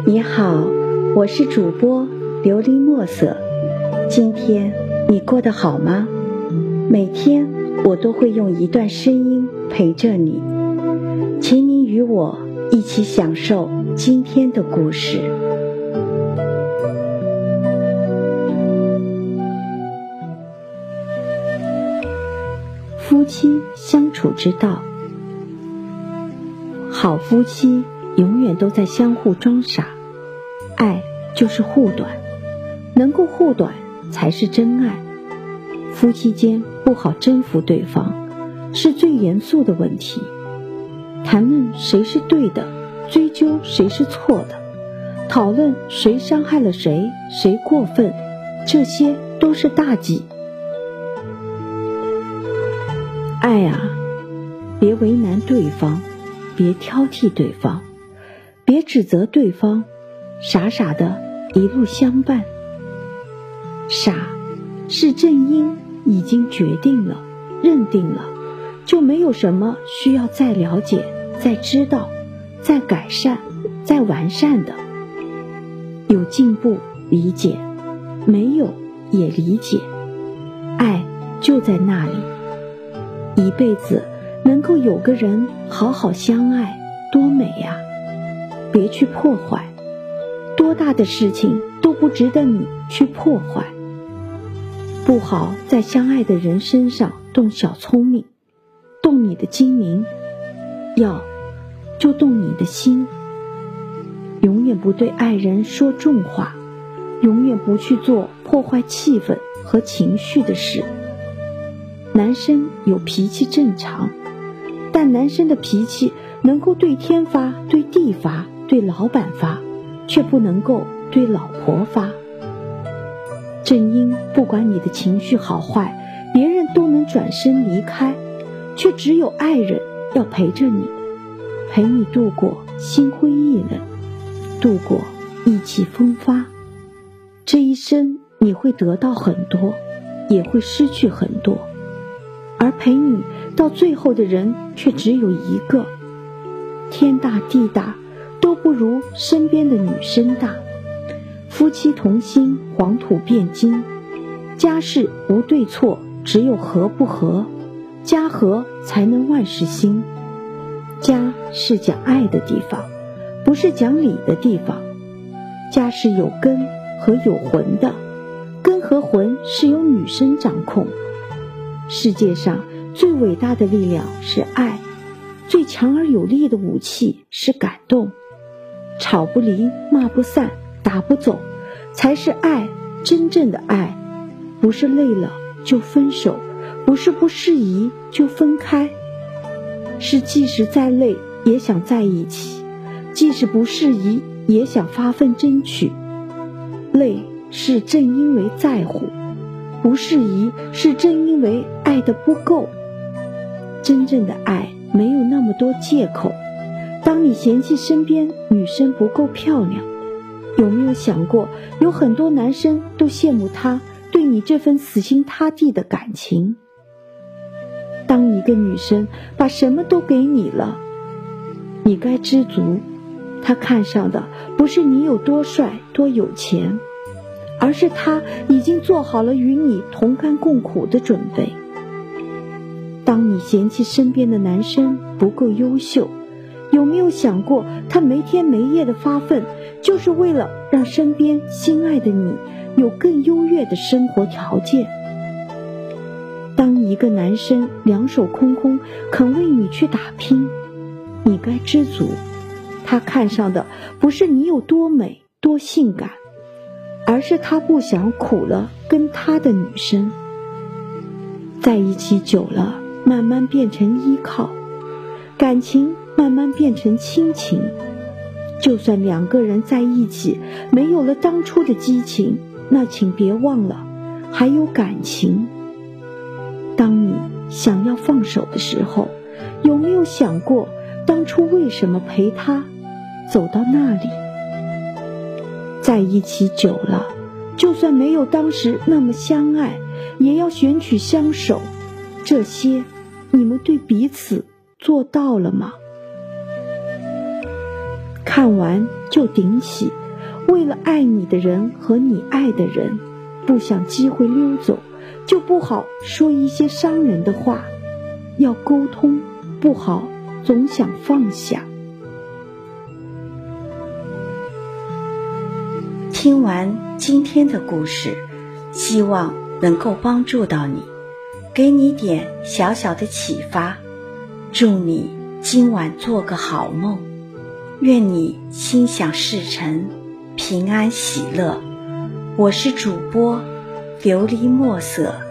你好，我是主播琉璃墨色。今天你过得好吗？每天我都会用一段声音陪着你，请你与我一起享受今天的故事。夫妻相处之道，好夫妻永远都在相互装傻，爱就是护短，能够护短才是真爱。夫妻间不好征服对方，是最严肃的问题。谈论谁是对的，追究谁是错的，讨论谁伤害了谁，谁过分，这些都是大忌。爱啊，别为难对方，别挑剔对方，别指责对方，傻傻的一路相伴。傻是正因已经决定了，认定了，就没有什么需要再了解，再知道，再改善，再完善的。有进步理解，没有也理解，爱就在那里。一辈子能够有个人好好相爱，多美呀！别去破坏，多大的事情都不值得你去破坏。不好在相爱的人身上动小聪明，动你的精明，要就动你的心。永远不对爱人说重话，永远不去做破坏气氛和情绪的事。男生有脾气正常，但男生的脾气能够对天发，对地发，对老板发，却不能够对老婆发。正因不管你的情绪好坏，别人都能转身离开，却只有爱人要陪着你，陪你度过心灰意冷，度过意气风发。这一生你会得到很多，也会失去很多，而陪你到最后的人却只有一个。天大地大，都不如身边的女生大。夫妻同心，黄土变金。家事无对错，只有合不合。家和才能万事兴。家是讲爱的地方，不是讲理的地方。家是有根和有魂的，根和魂是由女生掌控。世界上最伟大的力量是爱，最强而有力的武器是感动。吵不离，骂不散，打不走，才是爱，真正的爱。不是累了就分手，不是不适宜就分开，是即使再累也想在一起，即使不适宜也想发奋争取。累是正因为在乎，不适宜是正因为爱的不够。真正的爱没有那么多借口。当你嫌弃身边女生不够漂亮，有没有想过有很多男生都羡慕她对你这份死心塌地的感情？当一个女生把什么都给你了，你该知足。她看上的不是你有多帅多有钱，而是她已经做好了与你同甘共苦的准备。当你嫌弃身边的男生不够优秀，有没有想过他没天没夜的发奋，就是为了让身边心爱的你有更优越的生活条件？当一个男生两手空空肯为你去打拼，你该知足。他看上的不是你有多美多性感，而是他不想苦了跟他的女生。在一起久了，慢慢变成依靠，感情慢慢变成亲情。就算两个人在一起没有了当初的激情，那请别忘了还有感情。当你想要放手的时候，有没有想过当初为什么陪他走到那里？在一起久了，就算没有当时那么相爱，也要选取相守。这些你们对彼此做到了吗？ 看完就顶起，为了爱你的人和你爱的人，不想机会溜走，就不好说一些伤人的话。要沟通，不好总想放下。 听完今天的故事，希望能够帮助到你，给你点小小的启发。祝你今晚做个好梦，愿你心想事成，平安喜乐。我是主播琉璃墨色。